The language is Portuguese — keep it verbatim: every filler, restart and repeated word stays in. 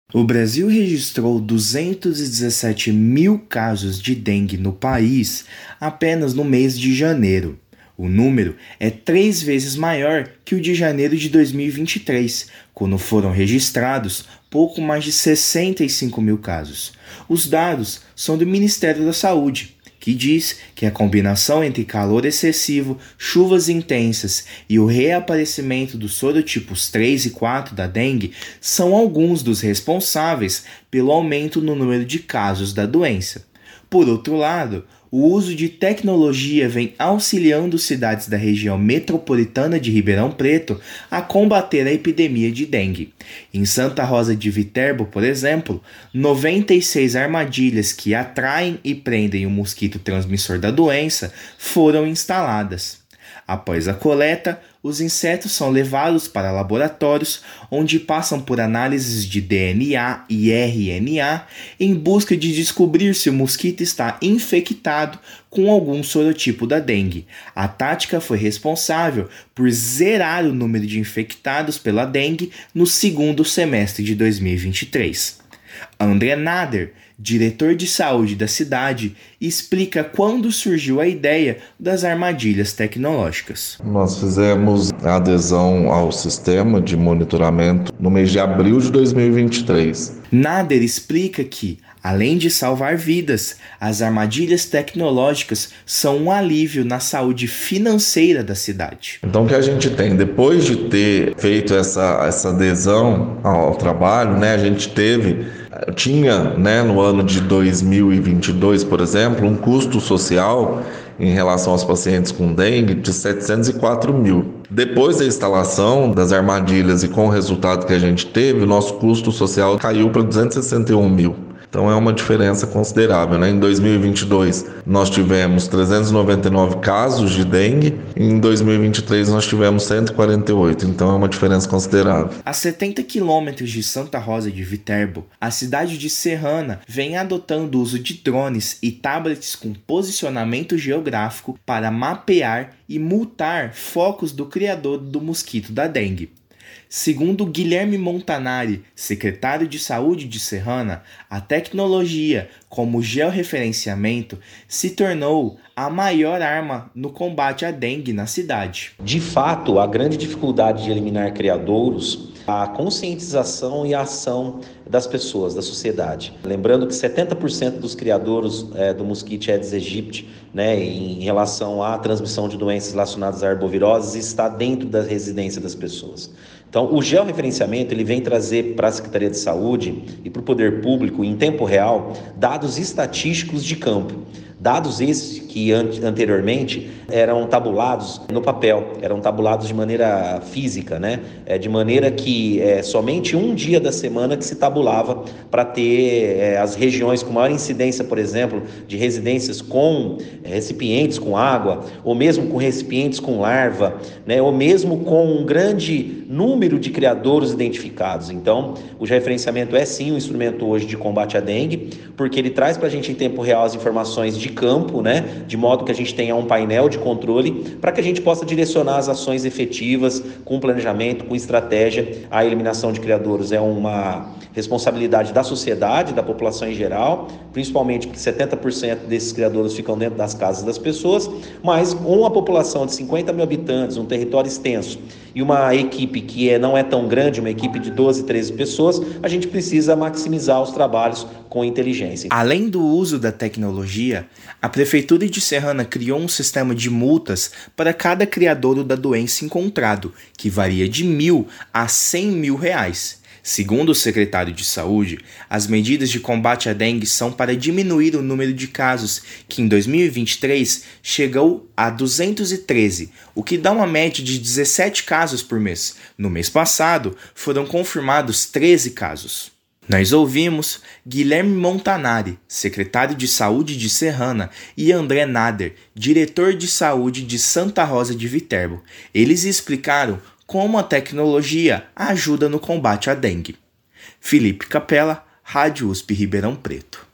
O Brasil registrou duzentos e dezessete mil casos de dengue no país apenas no mês de janeiro. O número é três vezes maior que o de janeiro de dois mil e vinte e três, quando foram registrados pouco mais de sessenta e cinco mil casos. Os dados são do Ministério da Saúde, que diz que a combinação entre calor excessivo, chuvas intensas e o reaparecimento dos sorotipos três e quatro da dengue são alguns dos responsáveis pelo aumento no número de casos da doença. Por outro lado, o uso de tecnologia vem auxiliando cidades da região metropolitana de Ribeirão Preto a combater a epidemia de dengue. Em Santa Rosa de Viterbo, por exemplo, noventa e seis armadilhas que atraem e prendem o mosquito transmissor da doença foram instaladas. Após a coleta, os insetos são levados para laboratórios, onde passam por análises de D N A e R N A em busca de descobrir se o mosquito está infectado com algum sorotipo da dengue. A tática foi responsável por zerar o número de infectados pela dengue no segundo semestre de dois mil e vinte e três. André Nader, diretor de saúde da cidade, explica quando surgiu a ideia das armadilhas tecnológicas. Nós fizemos a adesão ao sistema de monitoramento no mês de abril de dois mil e vinte e três. Nader explica que, além de salvar vidas, as armadilhas tecnológicas são um alívio na saúde financeira da cidade. Então o que a gente tem, depois de ter feito essa, essa adesão ao trabalho, né, a gente teve, tinha né, no ano de dois mil e vinte e dois, por exemplo, um custo social em relação aos pacientes com dengue de setecentos e quatro mil. Depois da instalação das armadilhas e com o resultado que a gente teve, o nosso custo social caiu para duzentos e sessenta e um mil. Então é uma diferença considerável, né? Em dois mil e vinte e dois nós tivemos trezentos e noventa e nove casos de dengue, e em dois mil e vinte e três nós tivemos cento e quarenta e oito, então é uma diferença considerável. A setenta quilômetros de Santa Rosa de Viterbo, a cidade de Serrana vem adotando o uso de drones e tablets com posicionamento geográfico para mapear e multar focos do criador do mosquito da dengue. Segundo Guilherme Montanari, secretário de Saúde de Serrana, a tecnologia, como georreferenciamento, se tornou a maior arma no combate à dengue na cidade. De fato, a grande dificuldade de eliminar criadouros, a conscientização e a ação das pessoas, da sociedade. Lembrando que setenta por cento dos criadouros é, do mosquito Aedes aegypti, né, em relação à transmissão de doenças relacionadas a arboviroses, está dentro da residência das pessoas. Então, o georreferenciamento ele vem trazer para a Secretaria de Saúde e para o poder público, em tempo real, dados estatísticos de campo. Dados esses que anteriormente eram tabulados no papel, eram tabulados de maneira física, né? É, de maneira que é, somente um dia da semana que se tabulava para ter é, as regiões com maior incidência, por exemplo, de residências com é, recipientes com água, ou mesmo com recipientes com larva, né? Ou mesmo com um grande número de criadouros identificados. Então, o georreferenciamento é sim um instrumento hoje de combate à dengue, porque ele traz para a gente em tempo real as informações de campo, né? De modo que a gente tenha um painel de controle para que a gente possa direcionar as ações efetivas com planejamento, com estratégia. A eliminação de criadouros é uma responsabilidade da sociedade, da população em geral, principalmente porque setenta por cento desses criadouros ficam dentro das casas das pessoas, mas com uma população de cinquenta mil habitantes, um território extenso e uma equipe que é, não é tão grande, uma equipe de doze, treze pessoas, a gente precisa maximizar os trabalhos com inteligência. Além do uso da tecnologia, a Prefeitura de Serrana criou um sistema de multas para cada criadouro da doença encontrado, que varia de mil a cem mil reais. Segundo o secretário de Saúde, as medidas de combate à dengue são para diminuir o número de casos, que em dois mil e vinte e três chegou a duzentos e treze, o que dá uma média de dezessete casos por mês. No mês passado, foram confirmados treze casos. Nós ouvimos Guilherme Montanari, secretário de Saúde de Serrana, e André Nader, diretor de Saúde de Santa Rosa de Viterbo. Eles explicaram como a tecnologia ajuda no combate à dengue. Felipe Capella, Rádio U S P Ribeirão Preto.